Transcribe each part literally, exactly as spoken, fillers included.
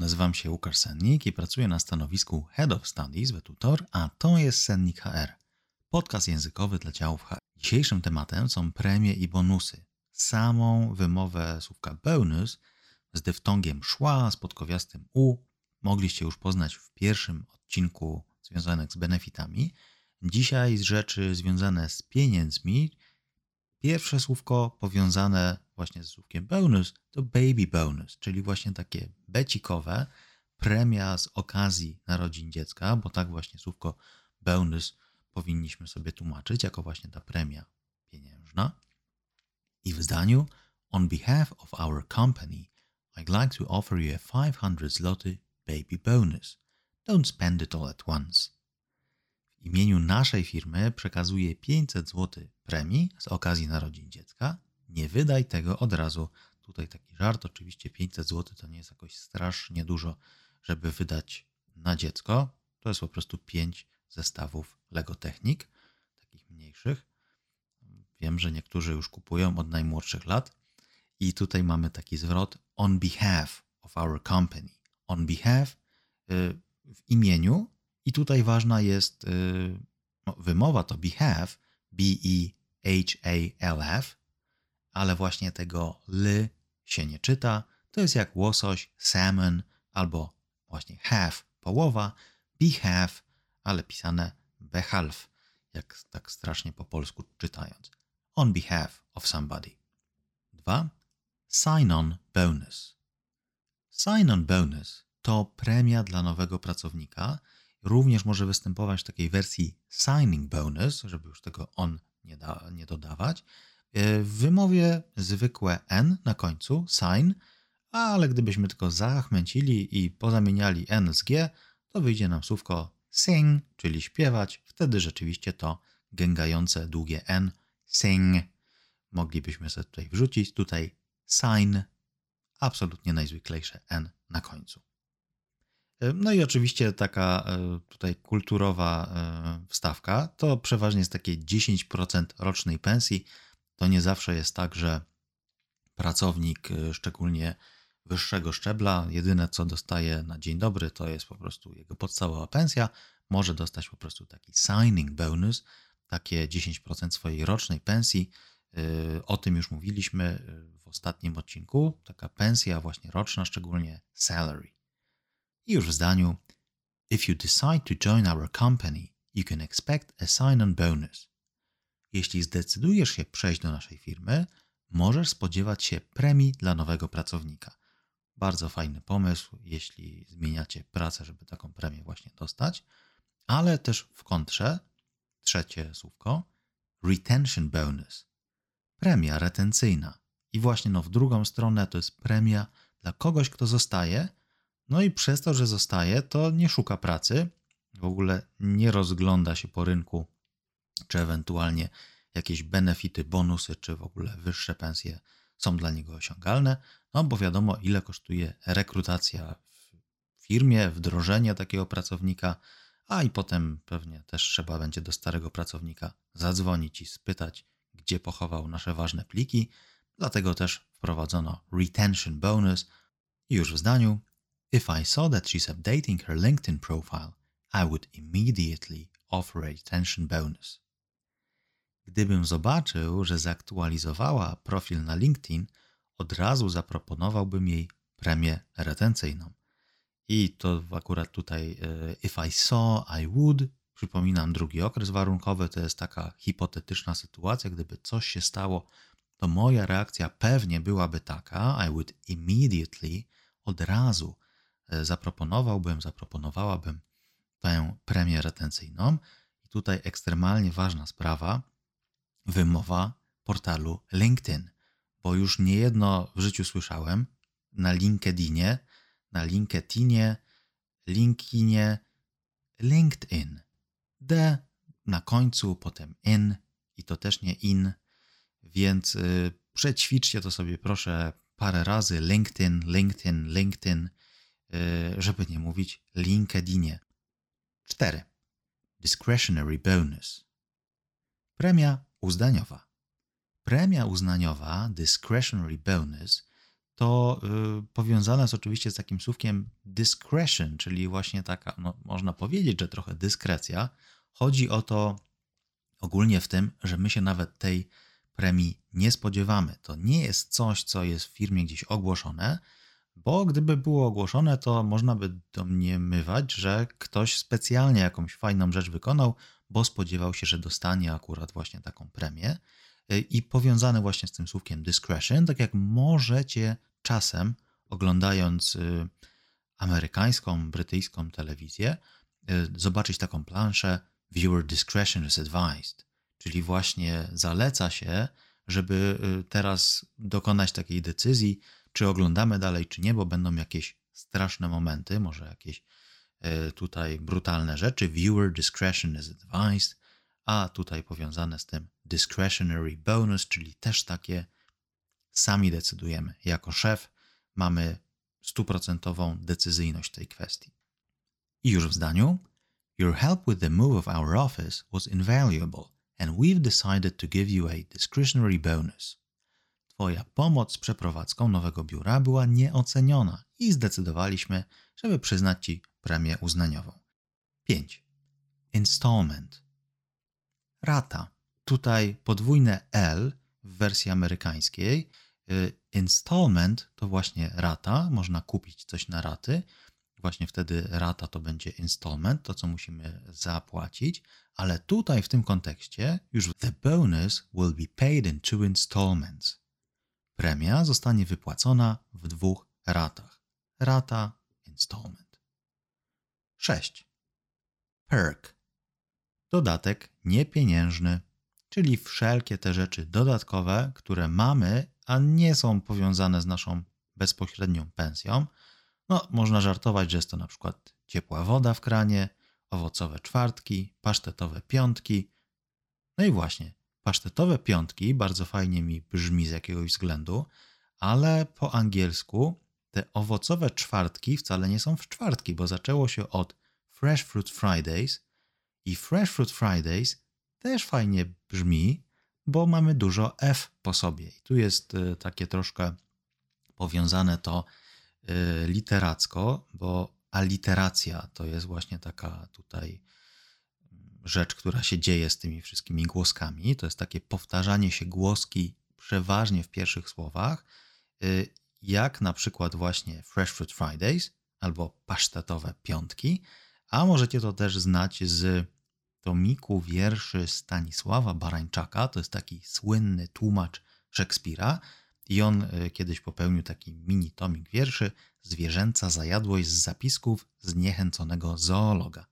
Nazywam się Łukasz Sennik i pracuję na stanowisku Head of Studies w eTutor, a to jest Sennik H R, podcast językowy dla działów H R. Dzisiejszym tematem są premie i bonusy. Samą wymowę słówka bonus z dyftongiem szła, z podkowiastym u mogliście już poznać w pierwszym odcinku związanych z benefitami. Dzisiaj z rzeczy związane z pieniędzmi. Pierwsze słówko powiązane właśnie z słówkiem bonus to baby bonus, czyli właśnie takie becikowe, premia z okazji narodzin dziecka, bo tak właśnie słówko bonus powinniśmy sobie tłumaczyć jako właśnie ta premia pieniężna. I w zdaniu on behalf of our company, I'd like to offer you a five hundred zloty baby bonus. Don't spend it all at once. W imieniu naszej firmy przekazuję pięćset złotych premii z okazji narodzin dziecka. Nie wydaj tego od razu. Tutaj taki żart, oczywiście pięćset złotych to nie jest jakoś strasznie dużo, żeby wydać na dziecko. To jest po prostu pięć zestawów Lego Technik, takich mniejszych. Wiem, że niektórzy już kupują od najmłodszych lat. I tutaj mamy taki zwrot on behalf of our company. On behalf yy, w imieniu. I tutaj ważna jest yy, no, wymowa to behalf, B E H A L F, ale właśnie tego l się nie czyta. To jest jak łosoś, salmon, albo właśnie half, połowa, behalf, ale pisane behalf, jak tak strasznie po polsku czytając. On behalf of somebody. Dwa. Sign-on bonus. Sign-on bonus to premia dla nowego pracownika. Również może występować w takiej wersji signing bonus, żeby już tego on nie, da, nie dodawać. W wymowie zwykłe n na końcu, sign, ale gdybyśmy tylko zachmęcili i pozamieniali n z g, to wyjdzie nam słówko sing, czyli śpiewać. Wtedy rzeczywiście to gęgające długie n, sing, moglibyśmy sobie tutaj wrzucić. Tutaj sign, absolutnie najzwyklejsze n na końcu. No i oczywiście taka tutaj kulturowa wstawka to przeważnie jest takie dziesięć procent rocznej pensji. To nie zawsze jest tak, że pracownik szczególnie wyższego szczebla, jedyne co dostaje na dzień dobry to jest po prostu jego podstawowa pensja. Może dostać po prostu taki signing bonus, takie dziesięć procent swojej rocznej pensji. O tym już mówiliśmy w ostatnim odcinku. Taka pensja właśnie roczna, szczególnie salary. I już w zdaniu, if you decide to join our company, you can expect a sign-on bonus. Jeśli zdecydujesz się przejść do naszej firmy, możesz spodziewać się premii dla nowego pracownika. Bardzo fajny pomysł, jeśli zmieniacie pracę, żeby taką premię właśnie dostać, ale też w kontrze, trzecie słówko, retention bonus. Premia retencyjna. I właśnie no w drugą stronę to jest premia dla kogoś, kto zostaje. No i przez to, że zostaje, to nie szuka pracy, w ogóle nie rozgląda się po rynku, czy ewentualnie jakieś benefity, bonusy, czy w ogóle wyższe pensje są dla niego osiągalne, no bo wiadomo, ile kosztuje rekrutacja w firmie, wdrożenie takiego pracownika, a i potem pewnie też trzeba będzie do starego pracownika zadzwonić i spytać, gdzie pochował nasze ważne pliki, dlatego też wprowadzono retention bonus i już w zdaniu, if I saw that she's updating her LinkedIn profile, I would immediately offer a retention bonus. Gdybym zobaczył, że zaktualizowała profil na LinkedIn, od razu zaproponowałbym jej premię retencyjną. I to akurat tutaj if I saw, I would. Przypominam, drugi okres warunkowy to jest taka hipotetyczna sytuacja, gdyby coś się stało, to moja reakcja pewnie byłaby taka, I would immediately, od razu zaproponowałbym, zaproponowałabym tę premię retencyjną. I tutaj ekstremalnie ważna sprawa, wymowa portalu LinkedIn, bo już niejedno w życiu słyszałem na LinkedInie, na LinkedInie, LinkedInie, LinkedIn. D na końcu, potem in i to też nie in, więc yy, przećwiczcie to sobie proszę parę razy LinkedIn, LinkedIn, LinkedIn, yy, żeby nie mówić LinkedInie. cztery. Discretionary bonus. Premia uzdaniowa. Premia uznaniowa, discretionary bonus, to y, powiązane jest oczywiście z takim słówkiem discretion, czyli właśnie taka, no, można powiedzieć, że trochę dyskrecja. Chodzi o to ogólnie w tym, że my się nawet tej premii nie spodziewamy. To nie jest coś, co jest w firmie gdzieś ogłoszone, bo gdyby było ogłoszone, to można by domniemywać, że ktoś specjalnie jakąś fajną rzecz wykonał, bo spodziewał się, że dostanie akurat właśnie taką premię. I powiązane właśnie z tym słówkiem discretion, tak jak możecie czasem, oglądając amerykańską, brytyjską telewizję, zobaczyć taką planszę "Viewer discretion is advised", czyli właśnie zaleca się, żeby teraz dokonać takiej decyzji, czy oglądamy dalej, czy nie, bo będą jakieś straszne momenty, może jakieś tutaj brutalne rzeczy. "Viewer discretion is advised", a tutaj powiązane z tym discretionary bonus, czyli też takie sami decydujemy. Jako szef mamy stuprocentową decyzyjność w tej kwestii. I już w zdaniu. Your help with the move of our office was invaluable and we've decided to give you a discretionary bonus. Twoja pomoc z przeprowadzką nowego biura była nieoceniona i zdecydowaliśmy, żeby przyznać Ci premię uznaniową. pięć. Installment. Rata. Tutaj podwójne L w wersji amerykańskiej. Installment to właśnie rata. Można kupić coś na raty. Właśnie wtedy rata to będzie installment, to co musimy zapłacić. Ale tutaj w tym kontekście już the bonus will be paid in two installments. Premia zostanie wypłacona w dwóch ratach. Rata, installment. sześć. Perk. Dodatek niepieniężny, czyli wszelkie te rzeczy dodatkowe, które mamy, a nie są powiązane z naszą bezpośrednią pensją. No, można żartować, że jest to na przykład ciepła woda w kranie, owocowe czwartki, pasztetowe piątki. No i właśnie, pasztetowe piątki bardzo fajnie mi brzmi z jakiegoś względu, ale po angielsku te owocowe czwartki wcale nie są w czwartki, bo zaczęło się od Fresh Fruit Fridays i Fresh Fruit Fridays też fajnie brzmi, bo mamy dużo F po sobie. I tu jest takie troszkę powiązane to literacko, bo aliteracja to jest właśnie taka tutaj rzecz, która się dzieje z tymi wszystkimi głoskami. To jest takie powtarzanie się głoski przeważnie w pierwszych słowach, jak na przykład właśnie Fresh Fruit Fridays albo pasztetowe piątki, a możecie to też znać z tomiku wierszy Stanisława Barańczaka. To jest taki słynny tłumacz Szekspira i on kiedyś popełnił taki mini tomik wierszy Zwierzęca zajadłość z zapisków zniechęconego zoologa.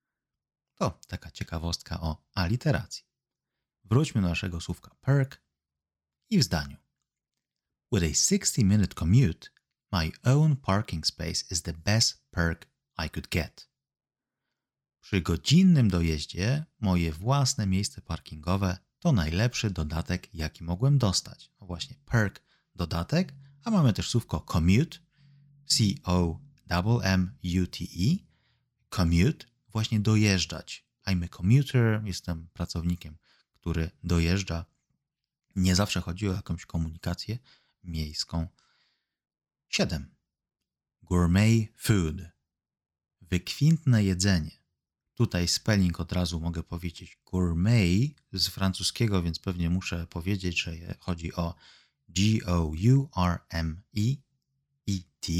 To taka ciekawostka o aliteracji. Wróćmy do naszego słówka perk i w zdaniu. With a sixty minute commute, my own parking space is the best perk I could get. Przy godzinnym dojeździe moje własne miejsce parkingowe to najlepszy dodatek, jaki mogłem dostać. No właśnie, perk, dodatek, a mamy też słówko commute, C O M M U T E, commute, właśnie dojeżdżać. I'm a commuter, jestem pracownikiem, który dojeżdża. Nie zawsze chodzi o jakąś komunikację miejską. siedem. Gourmet food. Wykwintne jedzenie. Tutaj spelling od razu mogę powiedzieć gourmet z francuskiego, więc pewnie muszę powiedzieć, że chodzi o G O U R M E E T.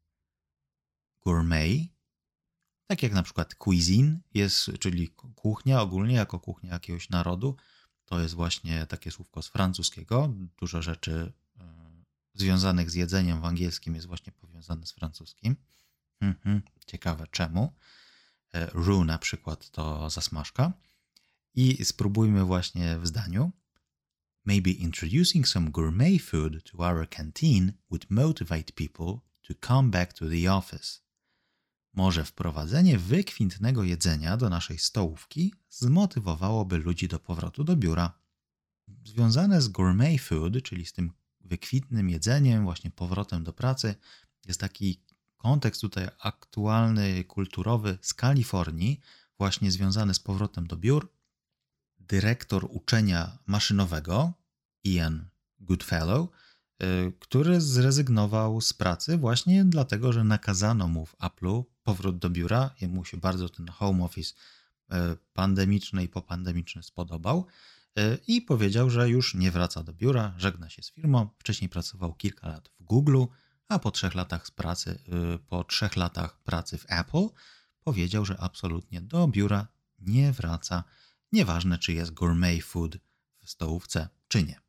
Gourmet. Tak jak na przykład cuisine jest, czyli kuchnia ogólnie jako kuchnia jakiegoś narodu. To jest właśnie takie słówko z francuskiego. Dużo rzeczy związanych z jedzeniem w angielskim jest właśnie powiązane z francuskim. Mhm, ciekawe czemu. Roux na przykład to zasmażka. I spróbujmy właśnie w zdaniu. Maybe introducing some gourmet food to our canteen would motivate people to come back to the office. Może wprowadzenie wykwintnego jedzenia do naszej stołówki zmotywowałoby ludzi do powrotu do biura. Związane z gourmet food, czyli z tym wykwintnym jedzeniem, właśnie powrotem do pracy, jest taki kontekst tutaj aktualny, kulturowy z Kalifornii, właśnie związany z powrotem do biur. Dyrektor uczenia maszynowego, Ian Goodfellow, który zrezygnował z pracy właśnie dlatego, że nakazano mu w Apple'u powrót do biura. Jemu się bardzo ten home office pandemiczny i popandemiczny spodobał i powiedział, że już nie wraca do biura, żegna się z firmą. Wcześniej pracował kilka lat w Google'u, a po trzech latach z pracy, po trzech latach pracy w Apple powiedział, że absolutnie do biura nie wraca, nieważne czy jest gourmet food w stołówce, czy nie.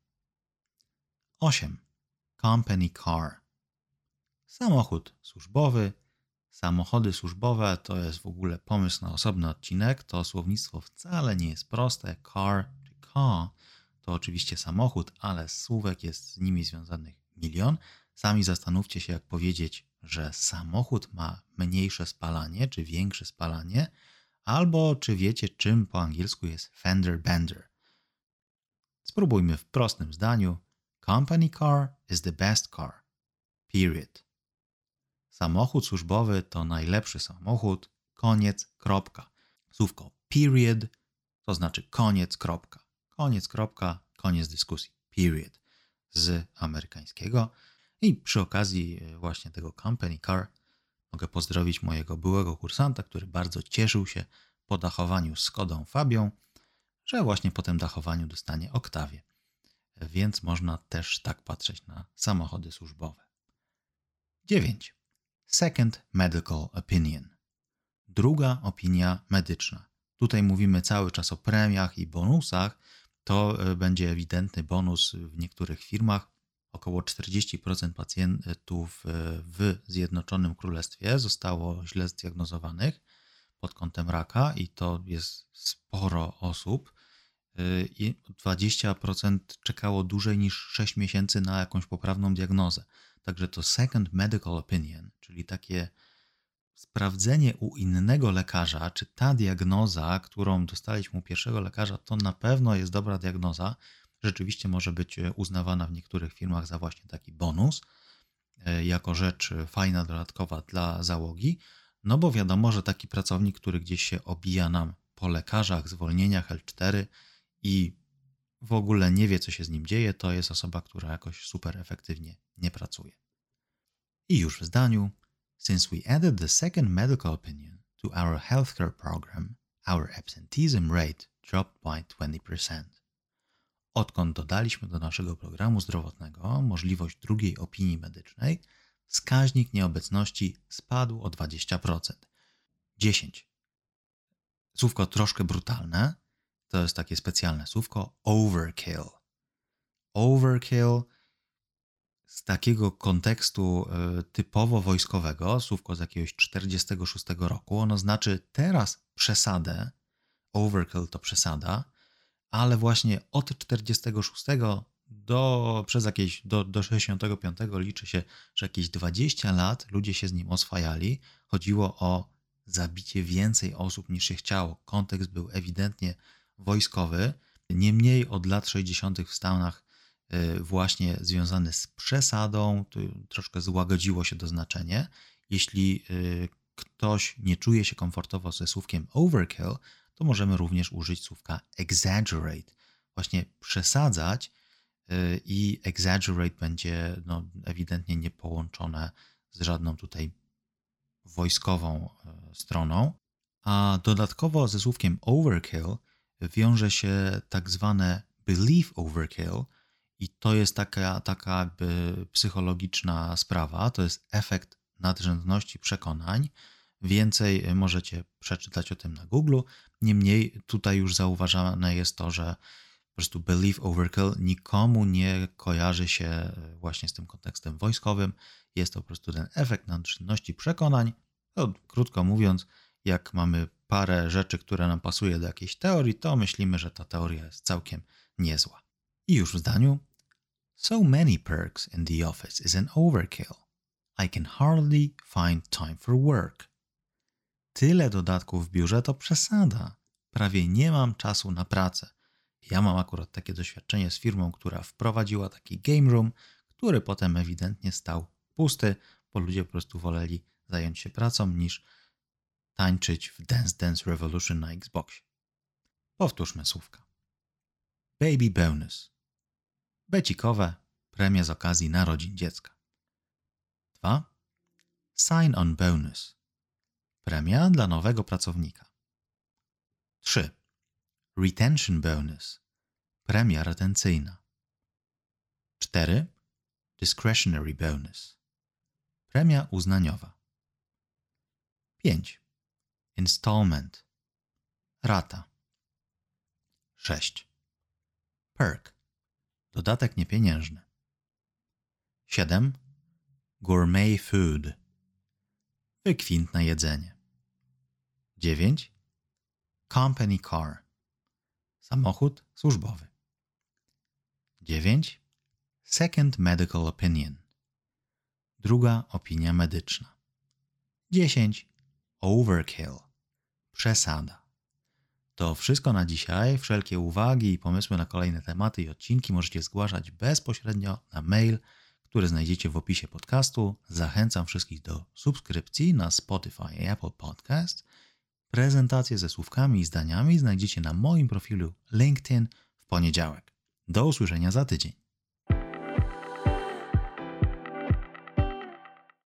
osiem. Company car. Samochód służbowy. Samochody służbowe to jest w ogóle pomysł na osobny odcinek. To słownictwo wcale nie jest proste. Car czy car to oczywiście samochód, ale słówek jest z nimi związanych milion. Sami zastanówcie się, jak powiedzieć, że samochód ma mniejsze spalanie czy większe spalanie, albo czy wiecie, czym po angielsku jest fender bender. Spróbujmy w prostym zdaniu. Company car is the best car. Period. Samochód służbowy to najlepszy samochód. Koniec, kropka. Słówko period to znaczy koniec, kropka. Koniec, kropka, koniec dyskusji. Period. Z amerykańskiego. I przy okazji właśnie tego company car mogę pozdrowić mojego byłego kursanta, który bardzo cieszył się po dachowaniu z Skodą Fabią, że właśnie po tym dachowaniu dostanie Oktawię. Więc można też tak patrzeć na samochody służbowe. dziewięć. Second medical opinion. Druga opinia medyczna. Tutaj mówimy cały czas o premiach i bonusach. To będzie ewidentny bonus w niektórych firmach. Około czterdzieści procent pacjentów w Zjednoczonym Królestwie zostało źle zdiagnozowanych pod kątem raka i to jest sporo osób. I dwadzieścia procent czekało dłużej niż sześć miesięcy na jakąś poprawną diagnozę. Także to second medical opinion, czyli takie sprawdzenie u innego lekarza, czy ta diagnoza, którą dostaliśmy u pierwszego lekarza, to na pewno jest dobra diagnoza, rzeczywiście może być uznawana w niektórych firmach za właśnie taki bonus, jako rzecz fajna, dodatkowa dla załogi, no bo wiadomo, że taki pracownik, który gdzieś się obija nam po lekarzach, zwolnieniach L cztery i w ogóle nie wie, co się z nim dzieje, to jest osoba, która jakoś super efektywnie nie pracuje. I już w zdaniu. Since we added the second medical opinion to our healthcare program, our absenteeism rate dropped by twenty percent. Odkąd dodaliśmy do naszego programu zdrowotnego możliwość drugiej opinii medycznej, wskaźnik nieobecności spadł o dwadzieścia procent. dziesięć. Słówko troszkę brutalne. To jest takie specjalne słówko overkill. Overkill z takiego kontekstu typowo wojskowego, słówko z jakiegoś czterdziestego szóstego roku, ono znaczy teraz przesadę, overkill to przesada, ale właśnie od czterdziestego szóstego do, przez jakieś, do, do sześćdziesiątego piątego liczy się, że jakieś dwadzieścia lat ludzie się z nim oswajali. Chodziło o zabicie więcej osób niż się chciało. Kontekst był ewidentnie wojskowy. Niemniej od lat sześćdziesiątych w Stanach właśnie związany z przesadą, to troszkę złagodziło się to znaczenie. Jeśli ktoś nie czuje się komfortowo ze słówkiem overkill, to możemy również użyć słówka exaggerate. Właśnie przesadzać i exaggerate będzie no, ewidentnie niepołączone z żadną tutaj wojskową stroną. A dodatkowo ze słówkiem overkill wiąże się tak zwane belief overkill i to jest taka, taka jakby psychologiczna sprawa, to jest efekt nadrzędności przekonań. Więcej możecie przeczytać o tym na Google. Niemniej tutaj już zauważane jest to, że po prostu belief overkill nikomu nie kojarzy się właśnie z tym kontekstem wojskowym. Jest to po prostu ten efekt nadrzędności przekonań. To, krótko mówiąc, jak mamy parę rzeczy, które nam pasuje do jakiejś teorii, to myślimy, że ta teoria jest całkiem niezła. I już w zdaniu. So many perks in the office is an overkill. I can hardly find time for work. Tyle dodatków w biurze to przesada. Prawie nie mam czasu na pracę. Ja mam akurat takie doświadczenie z firmą, która wprowadziła taki game room, który potem ewidentnie stał pusty, bo ludzie po prostu woleli zająć się pracą niż tańczyć w Dance Dance Revolution na Xboxie. Powtórzmy słówka. Baby bonus. Becikowe, Premia z okazji narodzin dziecka. dwa. Sign-on bonus. Premia dla nowego pracownika. trzy. Retention bonus. Premia retencyjna. cztery. Discretionary bonus. Premia uznaniowa. pięć. Installment. Rata. sześć. Perk. Dodatek niepieniężny. siedem. Gourmet food. Wykwintne jedzenie. dziewięć. Company car. Samochód służbowy. dziewięć. Second medical opinion. Druga opinia medyczna. dziesięć. Overkill. Przesada. To wszystko na dzisiaj. Wszelkie uwagi i pomysły na kolejne tematy i odcinki możecie zgłaszać bezpośrednio na mail, który znajdziecie w opisie podcastu. Zachęcam wszystkich do subskrypcji na Spotify i Apple Podcast. Prezentacje ze słówkami i zdaniami znajdziecie na moim profilu LinkedIn w poniedziałek. Do usłyszenia za tydzień.